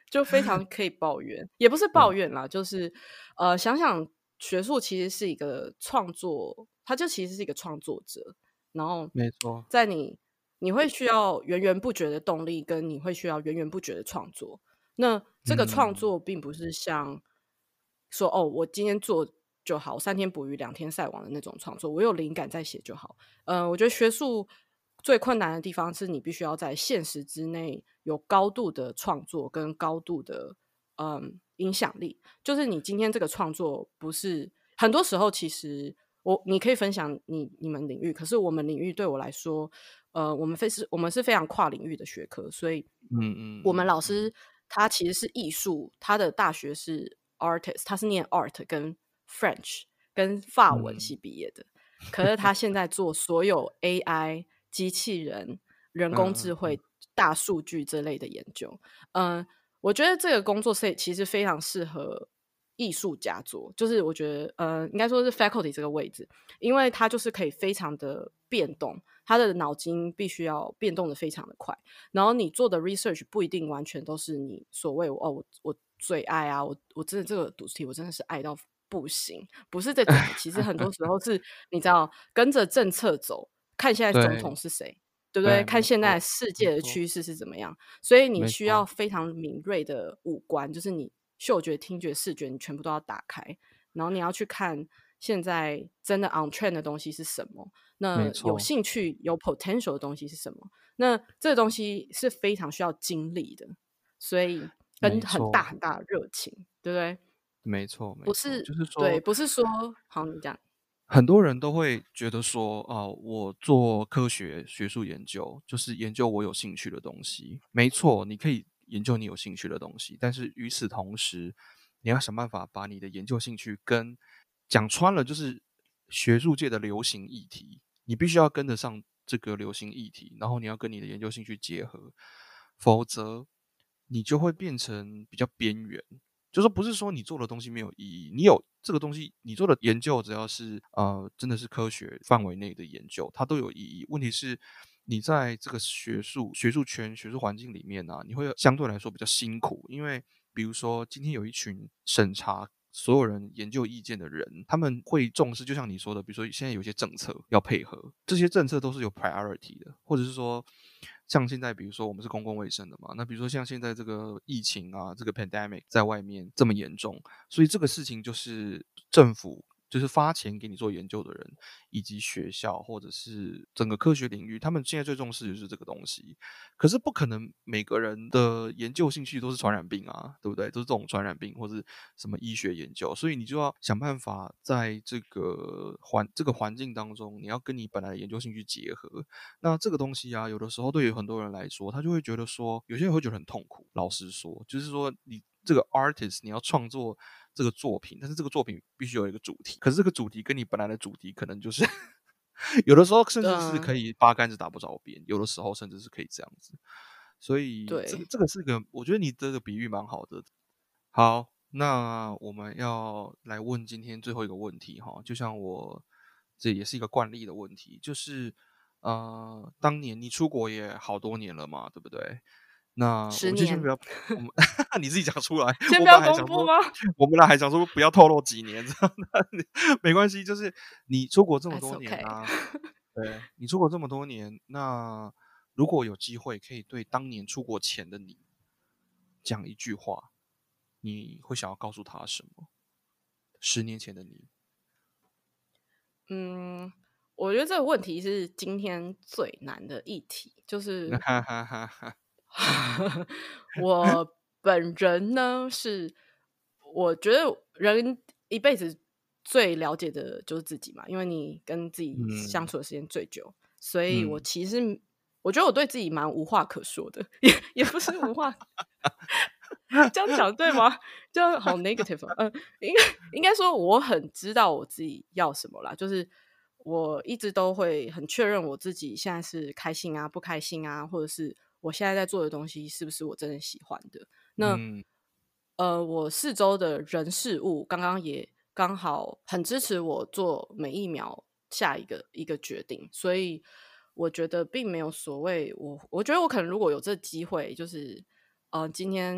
就非常可以抱怨，也不是抱嗯怨啦，就是呃，想想学术其实是一个创作，它就其实是一个创作者，然后没错， 在你你会需要源源不绝的动力，跟你会需要源源不绝的创作。那这个创嗯作并不是像说哦，我今天做就好，三天捕鱼两天晒网的那种创作，我有灵感再写就好。呃，我觉得学术最困难的地方是你必须要在现实之内有高度的创作跟高度的嗯影响力。就是你今天这个创作不是很多时候，其实我你可以分享你你们领域，可是我们领域对我来说，呃，我们非是我们是非常跨领域的学科，所以嗯嗯我们嗯嗯老师他其实是艺术，他的大学是 artist，他是念 art 跟 French 跟法文系嗯毕业的。可是他现在做所有 A I、机器人、人工智嗯嗯慧、大数据这类的研究。嗯、呃，我觉得这个工作是其实非常适合艺术家做，就是我觉得呃，应该说是 faculty 这个位置，因为它就是可以非常的变动，他的脑筋必须要变动的非常的快，然后你做的 research 不一定完全都是你所谓哦，我我最爱啊，我我真的这个主题我真的是爱到不行，不是这种的。其实很多时候是你知道跟着政策走，看现在总统对是谁，对不对？ 对， 看现在没错世界的没错趋势是怎么样，所以你需要没错， 非常敏锐的五官，就是你嗅觉、听觉、视觉，你全部都要打开，然后你要去看现在真的 on trend 的东西是什么，那有没错兴趣、有 potential 的东西是什么？那这个东西是非常需要精力的，所以跟很大没错很大的热情，对不对？ 没错没错， 不是就是对， 说。 不是说好你讲， 很多人都会觉得说，啊、我做科学学术研究，就是研究我有兴趣的东西。没错，你可以研究你有兴趣的东西，但是与此同时，你要想办法把你的研究兴趣跟讲穿了，就是学术界的流行议题，你必须要跟得上这个流行议题，然后你要跟你的研究兴趣结合，否则你就会变成比较边缘。就是不是说你做的东西没有意义，你有这个东西，你做的研究只要是呃真的是科学范围内的研究，它都有意义。问题是你在这个学术学术圈、学术环境里面呢、啊，你会相对来说比较辛苦，因为比如说今天有一群审查所有人研究意见的人，他们会重视，就像你说的，比如说现在有一些政策要配合，这些政策都是有 priority 的，或者是说，像现在比如说我们是公共卫生的嘛，那比如说像现在这个疫情啊，这个 pandemic 在外面这么严重，所以这个事情就是政府。就是发钱给你做研究的人，以及学校或者是整个科学领域，他们现在最重视的就是这个东西。可是不可能每个人的研究兴趣都是传染病啊，对不对？都是这种传染病或是什么医学研究，所以你就要想办法在这个环这个环境当中，你要跟你本来的研究兴趣结合。那这个东西啊，有的时候对于很多人来说，他就会觉得说，有些人会觉得很痛苦。老实说，就是说你这个 artist 你要创作这个作品，但是这个作品必须有一个主题，可是这个主题跟你本来的主题可能就是有的时候甚至是可嗯， 以八竿子打不着边，有的时候甚至是可以这样子。所以这个对， 这个是个，我觉得你这个比喻蛮好的。好，那我们要来问今天最后一个问题哈，就像我这也是一个惯例的问题，就是呃，当年你出国也好多年了嘛，对不对？那我十年， 们就先不要，我们你自己讲出来，我先不要本来还想说， 公布吗？ 我们俩还想说不要透露几年，这样的没关系，就是你出国这么 That's 多年 okay。 啊，对你出国这么多年，那如果有机会可以对当年出国前的你讲一句话，你会想要告诉他什么？十年前的你， 嗯，我觉得这个问题是今天最难的议题，就是哈哈哈哈， 我本人呢是，我觉得人一辈子最了解的就是自己嘛，因为你跟自己相嗯处的时间最久，所以我嗯， 其实我觉得我对自己蛮无话可说的，也也不是无话，这样讲对吗？这样好 negative 哦。嗯，应该应该说我很知道我自己要什么啦，就是我一直都会很确认我自己现在是开心啊、不开心啊，或者是我现在在做的东西是不是我真的喜欢的。那嗯呃，我四周的人事物刚刚也刚好很支持我做每一秒下一个一个决定，所以我觉得并没有所谓我，我觉得我可能如果有这机会，就是呃，今天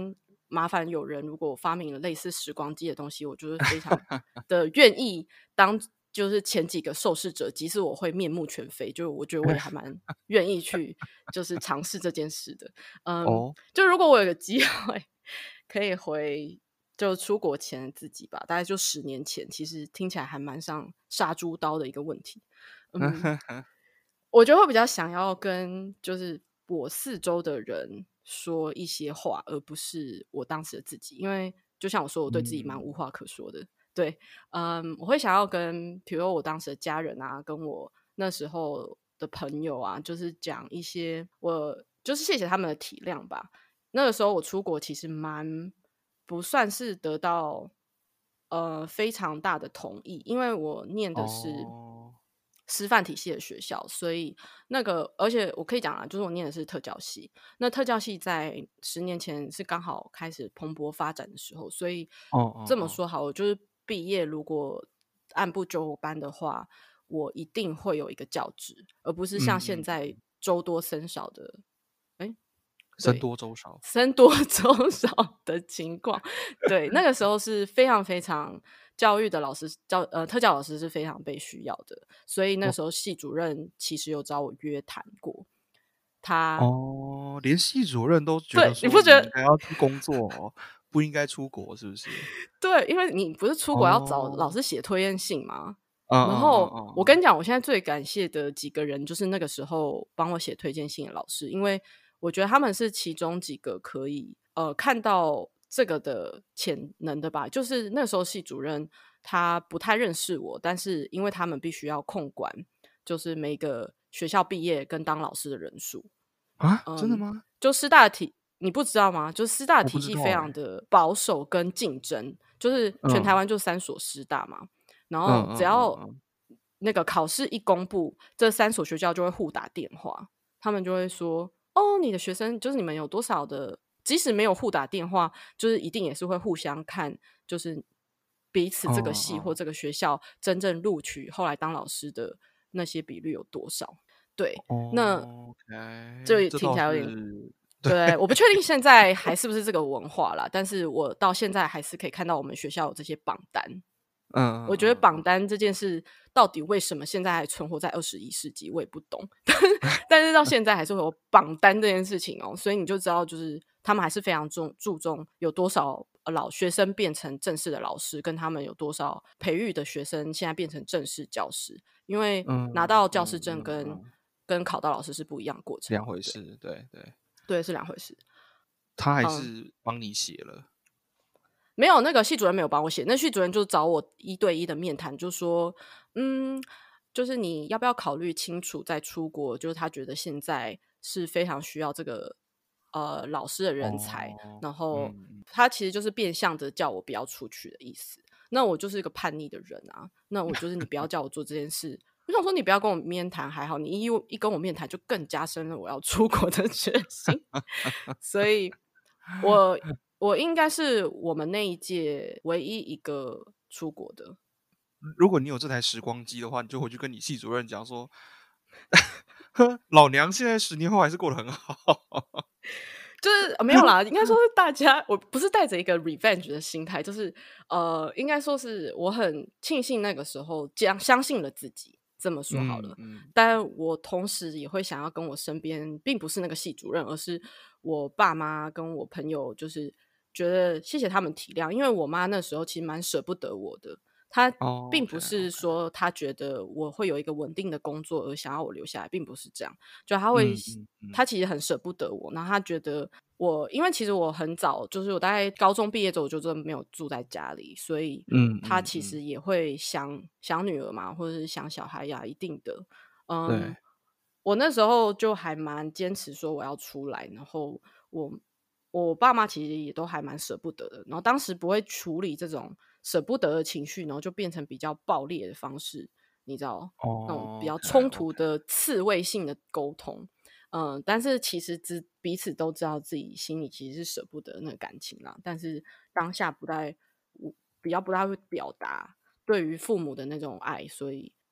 麻烦有人如果发明了类似时光机的东西，我就是非常的愿意当就是前几个受试者，即使我会面目全非，就我觉得我也还蛮愿意去就是尝试这件事的。嗯， 哦， 就如果我有个机会可以回就出国前的自己吧，大概就十年前，其实听起来还蛮像杀猪刀的一个问题。嗯，我觉得会比较想要跟就是我四周的人说一些话，而不是我当时的自己，因为就像我说，我对自己蛮无嗯， 话可说的。对，嗯，我会想要跟比如说我当时的家人啊，跟我那时候的朋友啊，就是讲一些我就是谢谢他们的体谅吧。那个时候我出国其实蛮不算是得到呃非常大的同意，因为我念的是哦， 师范体系的学校，所以那个而且我可以讲啊，就是我念的是特教系。那特教系在十年前是刚好开始蓬勃发展的时候，所以哦哦哦， 这么说好，我就是毕业如果按部就班的话，我一定会有一个教职，而不是像嗯嗯现在嗯， 周多生少的。诶僧对， 多粥少， 僧多粥少的情况。对，那个时候是非常非常教育的老师教呃特教老师是非常被需要的，所以那哦时候系主任其实有找我约谈过。他哦，连系主任都觉得对，你说不觉得你应该要去工作哦，不应该出国，是不是？ 对，因为你不是出国要找老哦， 师写推荐信吗？ 嗯然后嗯嗯嗯嗯， 我跟你讲，我现在最感谢的几个人，就是那个时候帮我写推荐信的老师，因为我觉得他们是其中几个可以呃看到这个的潜能的吧。就是那时候系主任他不太认识我，但是因为他们必须要控管，就是每个学校毕业跟当老师的人数。 啊，真的嗯， 吗？ 就师大的体你不知道吗？就师大的我不体系非知道哎， 常的保守跟竞争，就是全台嗯湾就三所师大嘛，然嗯后只嗯嗯要嗯， 那个考试一公布，这三所学校就会互打电话，他们就会说：“哦，你的学生就是你们有多少的，即使没有互打电话，就是一定也是会互相看，就是彼此嗯这个系或嗯， 这个学校真正录取后来当老师的那些比率有多少。”对，那哦，OK， 这这倒是听起来有点对，我不确定现在还是不是这个文化啦，但是我到现在还是可以看到我们学校有这些榜单。 嗯嗯我觉得嗯嗯， 榜单这件事到底为什么现在还存活在二十一世纪，我也不懂。但是到现在还是会有榜单这件事情哦，所以你就知道，就是他们还是非常重注重有多少呃老学生变成正式的老师，跟他们有多少培育的学生现在变成正式教师，因为拿嗯到教师嗯证跟嗯嗯， 跟考到老师是不一样的过程。对两回事，对对， 对，是两回事。 他还嗯， 是帮你写了， 没有，那个系主任没有帮我写，那系主任就找我一对一的面谈，就说，嗯，就是你要不要考虑清楚再出国？就是他觉得现在是非常需要这个呃老师的人才， 哦， 然后嗯嗯， 他其实就是变相的叫我不要出去的意思。那我就是一个叛逆的人啊，那我就是你不要叫我做这件事。我想说，你不要跟我面谈还好，你一一跟我面谈，就更加深了我要出国的决心。所以我我应该是我们那一届唯一一个出国的。 如果你有这台时光机的话，你就回去跟你系主任讲说，呵，老娘现在十年后还是过得很好。 就是呃没有啦，应该说是大家，我不是带着一个 revenge 的心态，就是呃，应该说是我很庆幸那个时候将相信了自己，这么说好了。 嗯嗯但我同时也会想要跟我身边，并不是那个系主任，而是我爸妈跟我朋友，就是觉得谢谢他们体谅，因为我妈那时候其实蛮舍不得我的，她并 ，OK 不是 OK， 说她觉得我会有一个稳定的工作而想要我留下来，并不是这样。就他会， 嗯嗯嗯他其实很舍不得我，然后他觉得我，因为其实我很早，就是我大概高中毕业之后，我就真的没有住在家里，所以嗯他嗯嗯， 其实也会想想女儿嘛，或者是想小孩呀，一定的。嗯， 对， 我那时候就还蛮坚持说我要出来，然后我我爸妈其实也都还蛮舍不得的，然后当时不会处理这种舍不得的情绪，然后就变成比较暴烈的方式，你知道那种比较 ，OK 冲突 OK， 的刺猬性的沟通。嗯，但是其实知彼此都知道自己心里其实是舍不得那个感情啦，但是当下不太，我比较不太会表达对于父母的那种爱，所以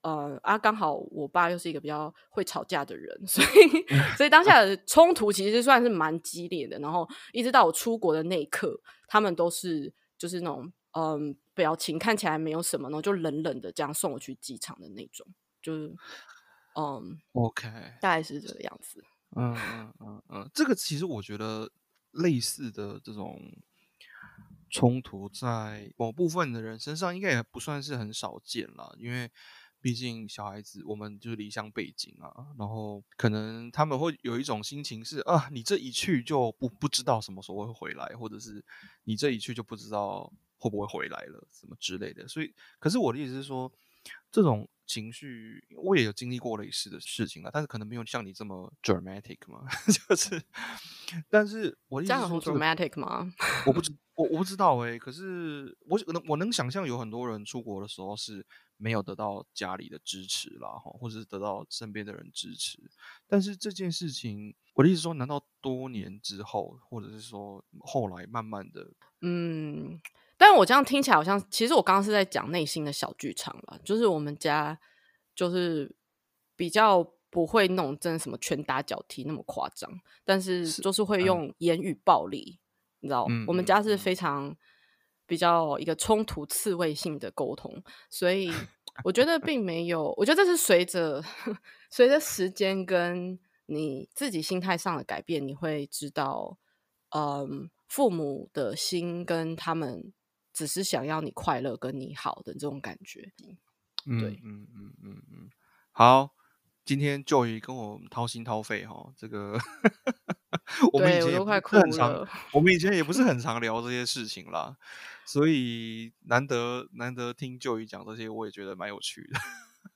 呃啊，刚好我爸又是一个比较会吵架的人，所以所以当下的冲突其实算是蛮激烈的。然后一直到我出国的那一刻，他们都是就是那种嗯表情看起来没有什么，然后就冷冷的这样送我去机场的那种，就是嗯 OK， 大概是这个样子。 嗯嗯嗯嗯，这个其实我觉得类似的这种冲突，在某部分的人身上应该也不算是很少见啦，因为毕竟小孩子我们就是离乡背景啊，然后可能他们会有一种心情是啊，你这一去就不不知道什么时候会回来，或者是你这一去就不知道会不会回来了，什么之类的。所以，可是我的意思是说，这种情绪我也有经历过类似的事情啦，但是可能没有像你这么 dramatic 嘛，就是，但是我的意思是说， 这样很这个 dramatic 吗？ 我不知我我不知道哎、欸，可是我能我能想象有很多人出国的时候是没有得到家里的支持啦，或者是得到身边的人支持。但是这件事情，我的意思说，难道多年之后，或者是说后来慢慢的， 嗯，但我这样听起来好像，其实我刚刚是在讲内心的小剧场了，就是我们家就是比较不会那种真的什么拳打脚踢那么夸张，但是是就是会嗯用言语暴力，你知道， 嗯我们家是嗯嗯非常比较一个冲突刺猬性的沟通，所以我觉得并没有，我觉得这是随着随着时间跟你自己心态上的改变，你会知道，嗯，父母的心跟他们只是想要你快乐跟你好的这种感觉。对嗯嗯嗯嗯嗯，好，今天 Joy 跟我掏心掏肺哈，这个我们以对，我前也不是都快很常， 哭了。 我们以前也不是很常聊这些事情啦，所以难得难得听 Joy 讲这些，我也觉得蛮有趣的。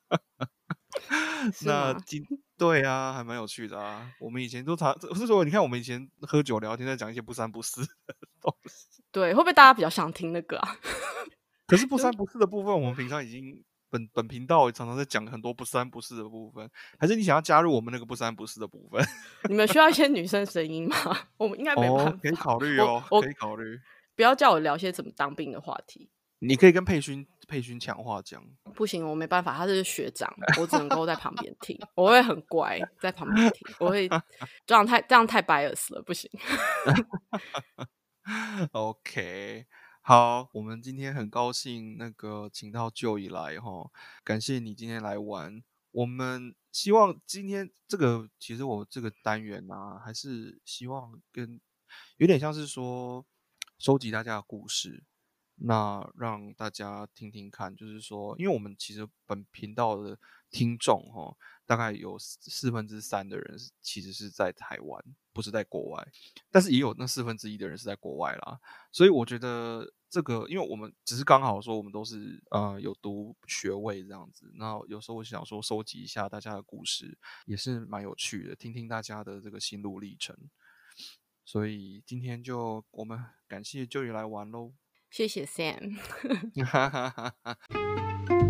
是吗？ 那今对啊，还蛮有趣的啊。我们以前都常，是说你看我们以前喝酒聊天，在讲一些不三不四的东西。 对，会不会大家比较想听那个啊？ 可是不三不四的部分，我们平常已经本本频道也常常在讲很多不三不四的部分，还是你想要加入我们那个不三不四的部分？ 你们需要一些女生声音吗？我们应该没哦， 办法。 可以考虑我哦，可以我考虑。 不要叫我聊些怎么当兵的话题。 你可以跟佩勋佩勋抢话讲。 不行，我没办法，他是学长，我只能够在旁边听，我会很乖，在旁边听，我会这样太这样太 bias 了，不行。 OK，好，我们今天很高兴那个请到 Joey 来哈，感谢你今天来玩。我们希望今天这个，其实我这个单元啊，还是希望跟有点像是说收集大家的故事，那让大家听听看，就是说，因为我们其实本频道的听众哈，大概有四四分之三的人是其实是在台湾，不是在国外。但是也有那四分之一的人是在国外啦，所以我觉得这个，因为我们只是刚好说我们都是呃有读学位这样子，那有时候我想说收集一下大家的故事，也是蛮有趣的，听听大家的这个心路历程。所以今天就我们感谢 Joey 来玩喽， 谢谢 Sam。 哈哈哈哈。